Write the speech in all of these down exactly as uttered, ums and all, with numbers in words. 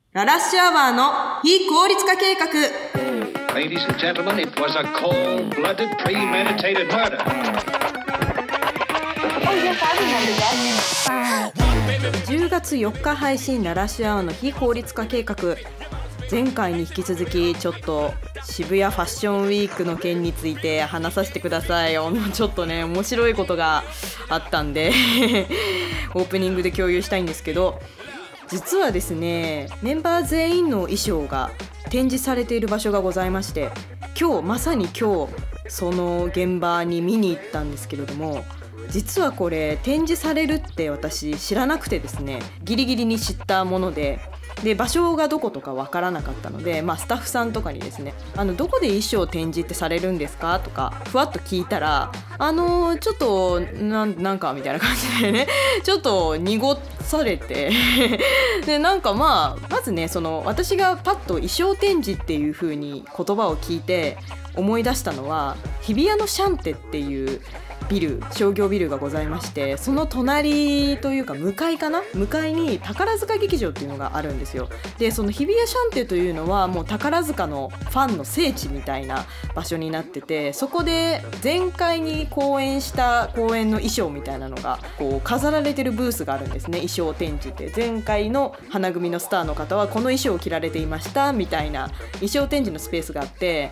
ララッシュアワーの非効率化計画。 Ladies and gentlemen, it was a cold-blooded, premeditated murder. じゅうがつよっか配信ララッシュアワーの非効率化計画。前回に引き続きちょっと渋谷ファッションウィークの件について話させてください。ちょっとね面白いことがあったんでオープニングで共有したいんですけど、実はですねメンバー全員の衣装が展示されている場所がございまして、今日まさに今日その現場に見に行ったんですけれども、実はこれ展示されるって私知らなくてですね、ギリギリに知ったものでで場所がどことかわからなかったので、まあ、スタッフさんとかにですね、あのどこで衣装展示ってされるんですかとかふわっと聞いたら、あのー、ちょっとな ん, なんかみたいな感じでねちょっと濁されてでなんかまあまずね、その私がパッと衣装展示っていう風に言葉を聞いて思い出したのは、日比谷のシャンテっていうビル、商業ビルがございまして、その隣というか向かいかな向かいに宝塚劇場っていうのがあるんですよ。でその日比谷シャンテというのはもう宝塚のファンの聖地みたいな場所になってて、そこで前回に公演した公演の衣装みたいなのがこう飾られてるブースがあるんですね。衣装展示って、前回の花組のスターの方はこの衣装を着られていましたみたいな衣装展示のスペースがあって、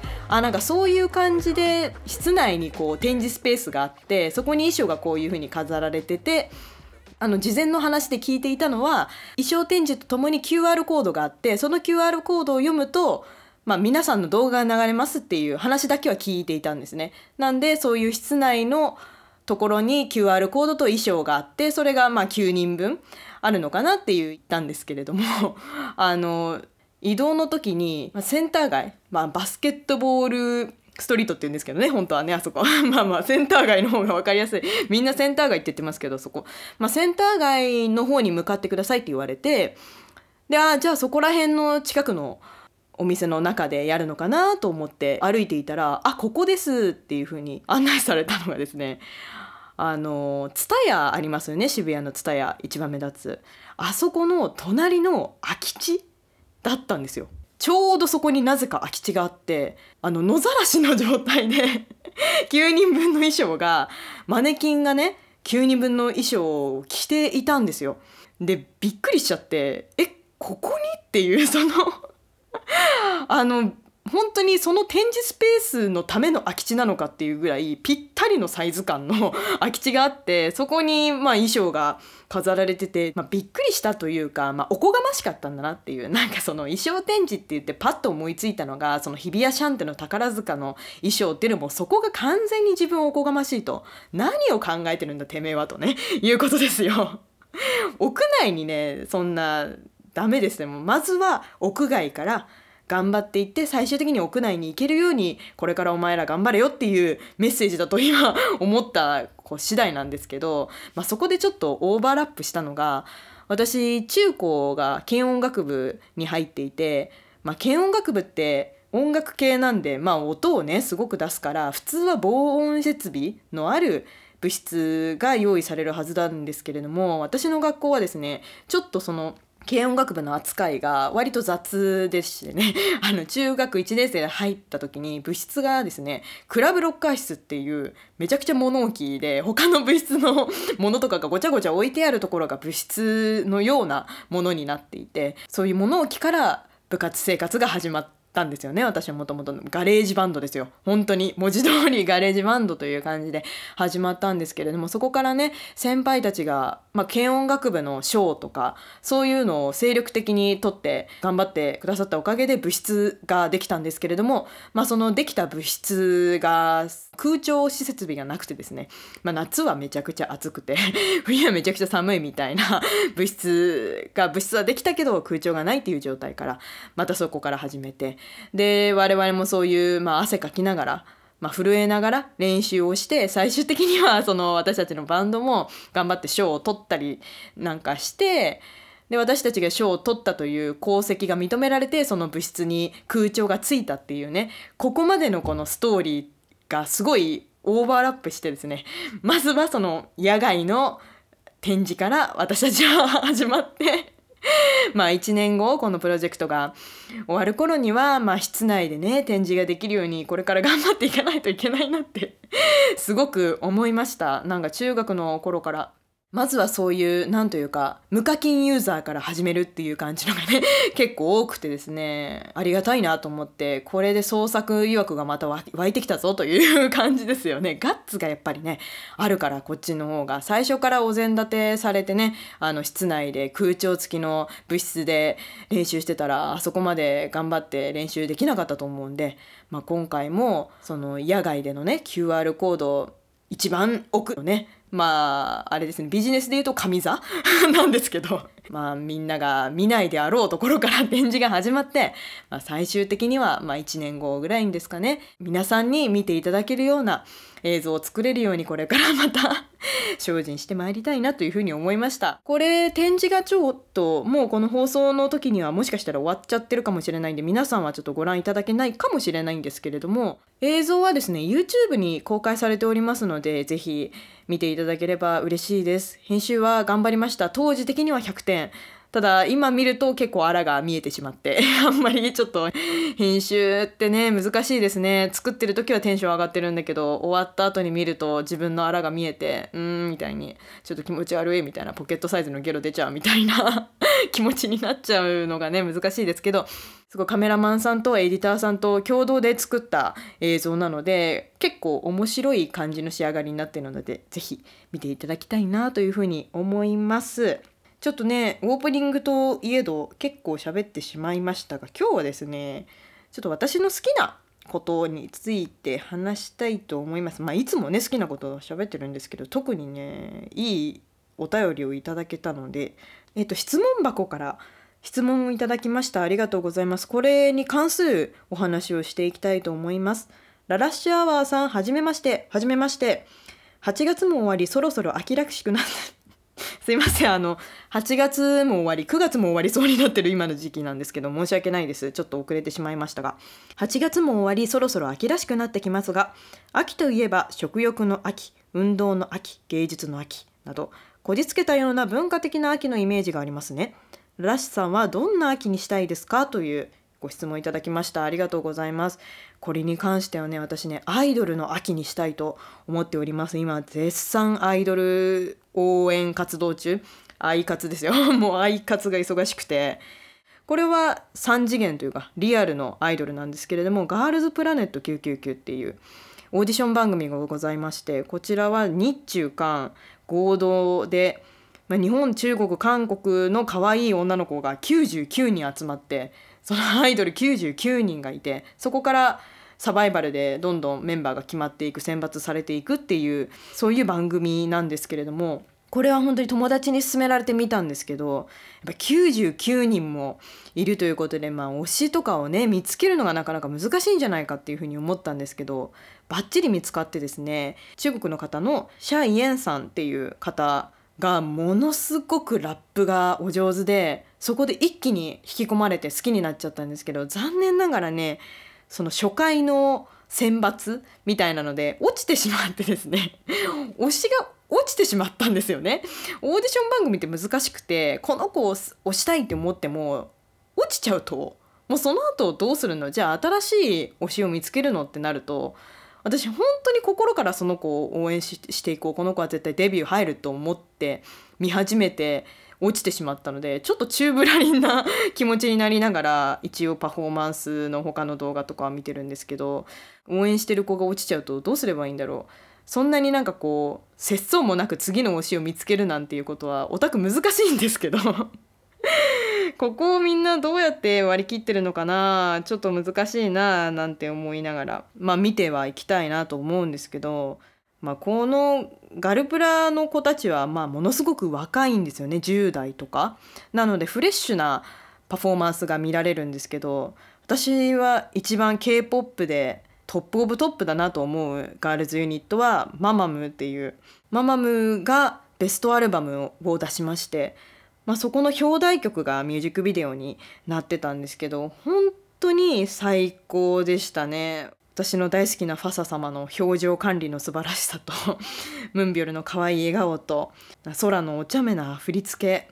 あなんかそういう感じで室内にこう展示スペースがあって、でそこに衣装がこういう風に飾られてて、あの事前の話で聞いていたのは衣装展示とともに キューアール コードがあって、その キューアール コードを読むと、まあ、皆さんの動画が流れますっていう話だけは聞いていたんですね。なんでそういう室内のところに キューアール コードと衣装があって、それがまあきゅうにんぶんあるのかなって言ったんですけれどもあの移動の時にセンター街、まあ、バスケットボールストリートって言うんですけどね、本当はねあそこまあまあセンター街の方が分かりやすい、みんなセンター街って言ってますけど、そこ、まあ、センター街の方に向かってくださいって言われて、であじゃあそこら辺の近くのお店の中でやるのかなと思って歩いていたら、あここですっていう風に案内されたのがですね、あのツタヤありますよね、渋谷のツタヤ一番目立つ、あそこの隣の空き地だったんですよ。ちょうどそこになぜか空き地があって、あの野ざらしの状態できゅうにんぶんの衣装が、マネキンがねきゅうにんぶんの衣装を着ていたんですよ。でびっくりしちゃって、えここにっていう、そのあの本当にその展示スペースのための空き地なのかっていうぐらいぴったりのサイズ感の空き地があって、そこにまあ衣装が飾られてて、まあ、びっくりしたというか、まあ、おこがましかったんだなっていう、なんかその衣装展示って言ってパッと思いついたのがその日比谷シャンテの宝塚の衣装っていうのも、そこが完全に自分おこがましいと、何を考えてるんだてめえはとねいうことですよ屋内にねそんなダメですね。もうまずは屋外から頑張っていって、最終的に屋内に行けるようにこれからお前ら頑張れよっていうメッセージだと今思ったこう次第なんですけど、まあ、そこでちょっとオーバーラップしたのが、私中高が軽音楽部に入っていて、まあ、軽音楽部って音楽系なんで、まあ、音をねすごく出すから、普通は防音設備のある部室が用意されるはずなんですけれども、私の学校はですねちょっとその軽音楽部の扱いが割と雑でしてねあの中学いちねん生で入った時に部室がですねクラブロッカー室っていうめちゃくちゃ物置で、他の部室のものとかがごちゃごちゃ置いてあるところが部室のようなものになっていて、そういう物置から部活生活が始まったたんですよね。私はもともとガレージバンドですよ。本当に文字通りガレージバンドという感じで始まったんですけれども、そこからね先輩たちが、まあ、軽音楽部の賞とかそういうのを精力的に取って頑張ってくださったおかげで部室ができたんですけれども、まあ、そのできた部室が空調施設備がなくてですね、まあ、夏はめちゃくちゃ暑くて冬はめちゃくちゃ寒いみたいな部室が部室はできたけど空調がないっていう状態から、またそこから始めて、で我々もそういう、まあ、汗かきながら、まあ、震えながら練習をして、最終的にはその私たちのバンドも頑張って賞を取ったりなんかして、で私たちが賞を取ったという功績が認められて、その部室に空調がついたっていうね、ここまでのこのストーリーがすごいオーバーラップしてですね、まずはその野外の展示から私たちは始まってまあいちねんごこのプロジェクトが終わる頃には、まあ室内でね展示ができるようにこれから頑張っていかないといけないなってすごく思いました。なんか中学の頃からまずはそういうなんというか無課金ユーザーから始めるっていう感じのがね結構多くてですね、ありがたいなと思って、これで創作意欲がまた湧いてきたぞという感じですよね。ガッツがやっぱりねあるから、こっちの方が最初からお膳立てされてね、あの室内で空調付きの部室で練習してたらあそこまで頑張って練習できなかったと思うんで、まあ、今回もその野外でのね キューアール コード一番奥のね、まああれですね、ビジネスで言うと上座なんですけど、まあみんなが見ないであろうところから展示が始まって、まあ、最終的にはまあいちねんごぐらいにですかね、皆さんに見ていただけるような映像を作れるようにこれからまた精進してまいりたいなというふうに思いました。これ展示がちょっともうこの放送の時にはもしかしたら終わっちゃってるかもしれないんで、皆さんはちょっとご覧いただけないかもしれないんですけれども、映像はですね YouTube に公開されておりますので、ぜひ見ていただければ嬉しいです。編集は頑張りました。当時的にはひゃくてん。ただ今見ると結構あらが見えてしまってあんまりちょっと編集ってね難しいですね。作ってる時はテンション上がってるんだけど、終わった後に見ると自分のあらが見えて、うーんみたいにちょっと気持ち悪いみたいな、ポケットサイズのゲロ出ちゃうみたいな気持ちになっちゃうのがね難しいですけど、すごいカメラマンさんとエディターさんと共同で作った映像なので結構面白い感じの仕上がりになっているので、ぜひ見ていただきたいなというふうに思います。ちょっとねオープニングといえど結構喋ってしまいましたが、今日はですねちょっと私の好きなことについて話したいと思います。まあいつもね好きなことを喋ってるんですけど、特にねいいお便りをいただけたので、えっと質問箱から質問をいただきました。ありがとうございます。これに関するお話をしていきたいと思います。ララッシュアワーさん、はじめましてはじめまして。はちがつも終わりそろそろ秋らしくなってすいません、あのはちがつも終わりくがつも終わりそうになってる今の時期なんですけど、申し訳ないです。ちょっと遅れてしまいましたが、はちがつも終わりそろそろ秋らしくなってきますが、秋といえば食欲の秋、運動の秋、芸術の秋などこじつけたような文化的な秋のイメージがありますね。ラッシュさんはどんな秋にしたいですかというご質問いただきました。ありがとうございます。これに関してはね、私ねアイドルの秋にしたいと思っております。今絶賛アイドル応援活動中、アイ活ですよもうアイ活が忙しくて、これはさん次元というかリアルのアイドルなんですけれども、ガールズプラネットきゅうきゅうきゅうっていうオーディション番組がございまして、こちらは日中韓合同で、まあ、日本、中国、韓国の可愛い女の子がきゅうじゅうきゅうにん集まって、そのアイドルきゅうじゅうきゅうにんがいて、そこからサバイバルでどんどんメンバーが決まっていく、選抜されていくっていう、そういう番組なんですけれども、これは本当に友達に勧められてみたんですけど、やっぱきゅうじゅうきゅうにんもいるということで、まあ推しとかをね見つけるのがなかなか難しいんじゃないかっていうふうに思ったんですけど、バッチリ見つかってですね、中国の方のシャイエンさんっていう方がものすごくラップがお上手で、そこで一気に引き込まれて好きになっちゃったんですけど、残念ながらねその初回の選抜みたいなので落ちてしまってですね推しが落ちてしまったんですよね。オーディション番組って難しくて、この子を推したいって思っても落ちちゃうともうその後どうするの、じゃあ新しい推しを見つけるのってなると、私本当に心からその子を応援 し, していこう、この子は絶対デビュー入ると思って見始めて落ちてしまったので、ちょっと宙ぶらりんな気持ちになりながら一応パフォーマンスの他の動画とかは見てるんですけど、応援してる子が落ちちゃうとどうすればいいんだろう。そんなになんかこう節操もなく次の推しを見つけるなんていうことはオタク難しいんですけどここをみんなどうやって割り切ってるのかな、ちょっと難しいななんて思いながら、まあ見てはいきたいなと思うんですけど、まあ、このガルプラの子たちはまあものすごく若いんですよね、じゅう代とかなのでフレッシュなパフォーマンスが見られるんですけど、私は一番 K-ポップ でトップオブトップだなと思うガールズユニットはママムっていう、ママムがベストアルバムを出しまして、まあ、そこの表題曲がミュージックビデオになってたんですけど、本当に最高でしたね。私の大好きなファサ様の表情管理の素晴らしさとムンビョルの可愛い笑顔と空のお茶目な振り付け、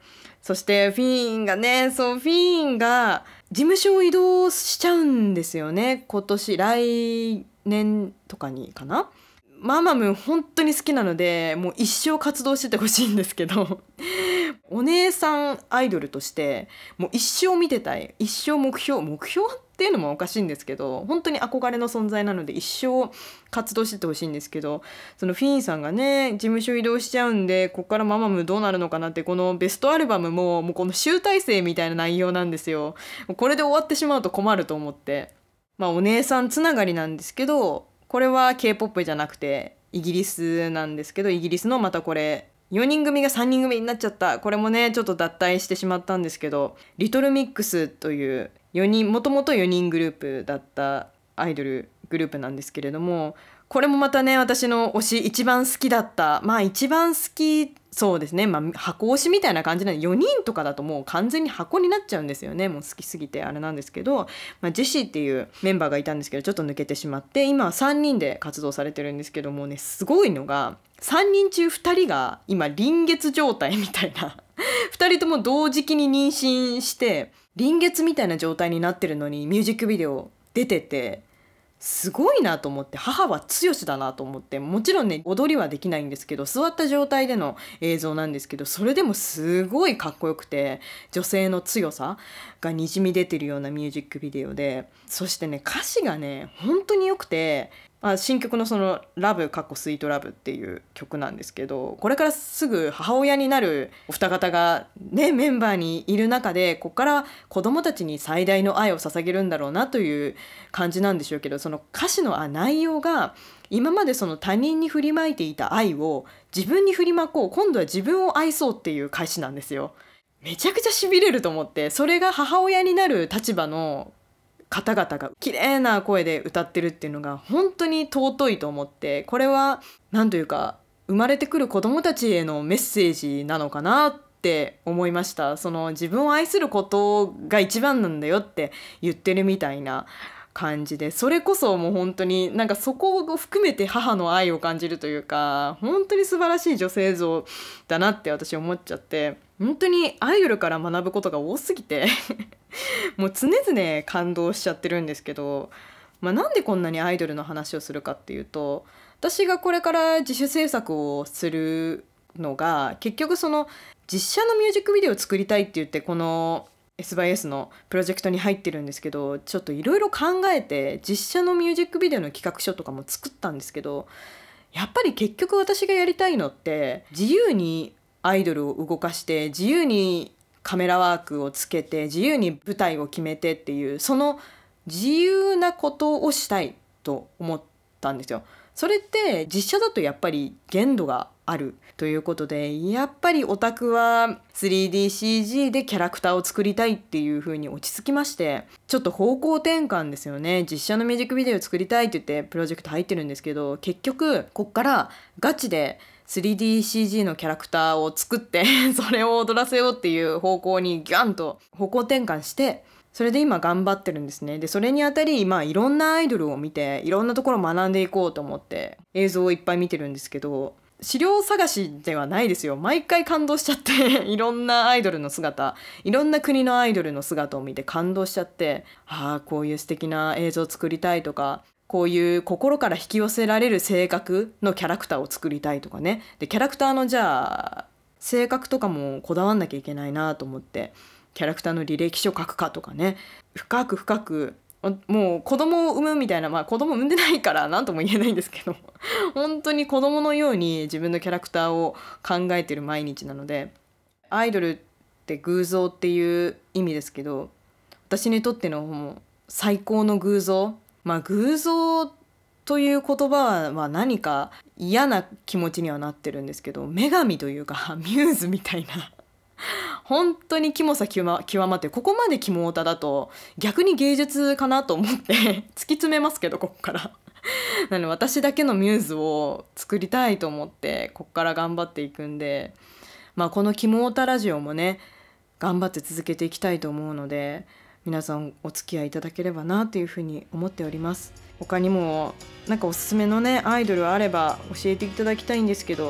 そしてフィーンがね、そうフィーンが事務所を移動しちゃうんですよね。今年来年とかにかな。ママム本当に好きなのでもう一生活動しててほしいんですけどお姉さんアイドルとしてもう一生見てたい、一生目標目標っていうのもおかしいんですけど、本当に憧れの存在なので一生活動しててほしいんですけど、そのフィーンさんがね事務所移動しちゃうんで、こっからママムどうなるのかなって、このベストアルバムももうこの集大成みたいな内容なんですよ。これで終わってしまうと困ると思って、まあお姉さんつながりなんですけど、これは K-ポップ じゃなくてイギリスなんですけど、イギリスのまたこれよにん組がさんにん組になっちゃった。これもねちょっと脱退してしまったんですけど、リトルミックスというよにん、もともとよにんグループだったアイドルグループなんですけれども、これもまたね私の推し一番好きだった、まあ一番好き、そうですね、まあ箱推しみたいな感じなんで、よにんとかだともう完全に箱になっちゃうんですよね。もう好きすぎてあれなんですけど、まあ、ジェシーっていうメンバーがいたんですけどちょっと抜けてしまって、今はさんにんで活動されてるんですけどもね、すごいのがさんにん中ふたりが今臨月状態みたいなふたりとも同時期に妊娠して臨月みたいな状態になってるのにミュージックビデオ出てて、すごいなと思って、母は強しだなと思って、もちろんね踊りはできないんですけど座った状態での映像なんですけど、それでもすごいかっこよくて女性の強さがにじみ出てるようなミュージックビデオで、そしてね歌詞がね本当によくて、あ新曲のそのラブかっこスイートラブっていう曲なんですけど、これからすぐ母親になるお二方がねメンバーにいる中で、ここから子供たちに最大の愛を捧げるんだろうなという感じなんでしょうけど、その歌詞のあ内容が今までその他人に振りまいていた愛を自分に振りまこう、今度は自分を愛そうっていう歌詞なんですよ。めちゃくちゃしびれると思って、それが母親になる立場の方々が綺麗な声で歌ってるっていうのが本当に尊いと思って、これは何というか生まれてくる子どもたちへのメッセージなのかなって思いました。その自分を愛することが一番なんだよって言ってるみたいな感じで、それこそもう本当になんかそこを含めて母の愛を感じるというか、本当に素晴らしい女性像だなって私思っちゃって、本当にアイドルから学ぶことが多すぎてもう常々感動しちゃってるんですけど、まあ、なんでこんなにアイドルの話をするかっていうと、私がこれから自主制作をするのが結局その実写のミュージックビデオを作りたいって言ってこの エスバイエス のプロジェクトに入ってるんですけど、ちょっといろいろ考えて実写のミュージックビデオの企画書とかも作ったんですけど、やっぱり結局私がやりたいのって自由にアイドルを動かして自由にカメラワークをつけて自由に舞台を決めてっていう、その自由なことをしたいと思ったんですよ。それって実写だとやっぱり限度があるということで、やっぱりオタクは スリーディーシージー でキャラクターを作りたいっていう風に落ち着きまして、ちょっと方向転換ですよね。実写のミュージックビデオを作りたいって言ってプロジェクト入ってるんですけど、結局こっからガチでスリーディーシージー のキャラクターを作ってそれを踊らせようっていう方向にギャンと方向転換して、それで今頑張ってるんですね。でそれにあたり今いろんなアイドルを見ていろんなところを学んでいこうと思って映像をいっぱい見てるんですけど、資料探しではないですよ。毎回感動しちゃっていろんなアイドルの姿、いろんな国のアイドルの姿を見て感動しちゃって、ああこういう素敵な映像を作りたいとか、こういう心から引き寄せられる性格のキャラクターを作りたいとかね。でキャラクターのじゃあ性格とかもこだわんなきゃいけないなと思って、キャラクターの履歴書書くかとかね、深く深くもう子供を産むみたいな、まあ子供産んでないから何とも言えないんですけど本当に子供のように自分のキャラクターを考えてる毎日なので、アイドルって偶像っていう意味ですけど、私にとってのもう最高の偶像、まあ偶像という言葉は何か嫌な気持ちにはなってるんですけど、女神というかミューズみたいな本当にキモさ極ま、極まって、ここまでキモオタだと逆に芸術かなと思って突き詰めますけど、ここからなので私だけのミューズを作りたいと思ってここから頑張っていくんで、まあこのキモオタラジオもね頑張って続けていきたいと思うので、皆さんお付き合いいただければなというふうに思っております。他にもなんかおすすめのねアイドルあれば教えていただきたいんですけど、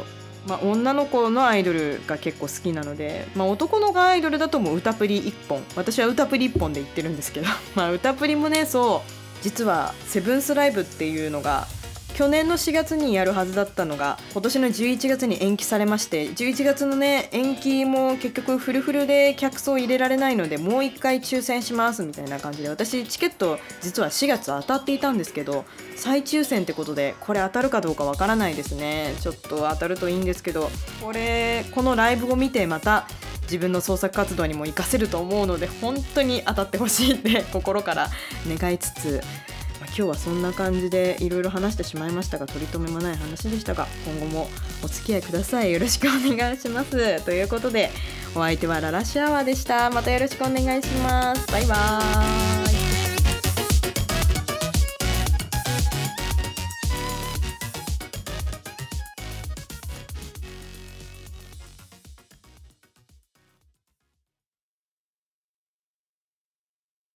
まあ、女の子のアイドルが結構好きなので、まあ、男の子アイドルだともう歌プリいっぽん、私は歌プリいっぽんで言ってるんですけどまあ歌プリもね、そう実はセブンスライブっていうのが去年のしがつにやるはずだったのが今年のじゅういちがつに延期されまして、じゅういちがつのね延期も結局フルフルで客層入れられないので、もう一回抽選しますみたいな感じで、私チケット実はしがつ当たっていたんですけど、再抽選ってことでこれ当たるかどうかわからないですね。ちょっと当たるといいんですけど、これこのライブを見てまた自分の創作活動にも活かせると思うので、本当に当たってほしいって心から願いつつ、今日はそんな感じでいろいろ話してしまいましたが、取り留めもない話でしたが、今後もお付き合いください。よろしくお願いします。ということで、お相手はララシアワーでした。またよろしくお願いします。バイバーイ。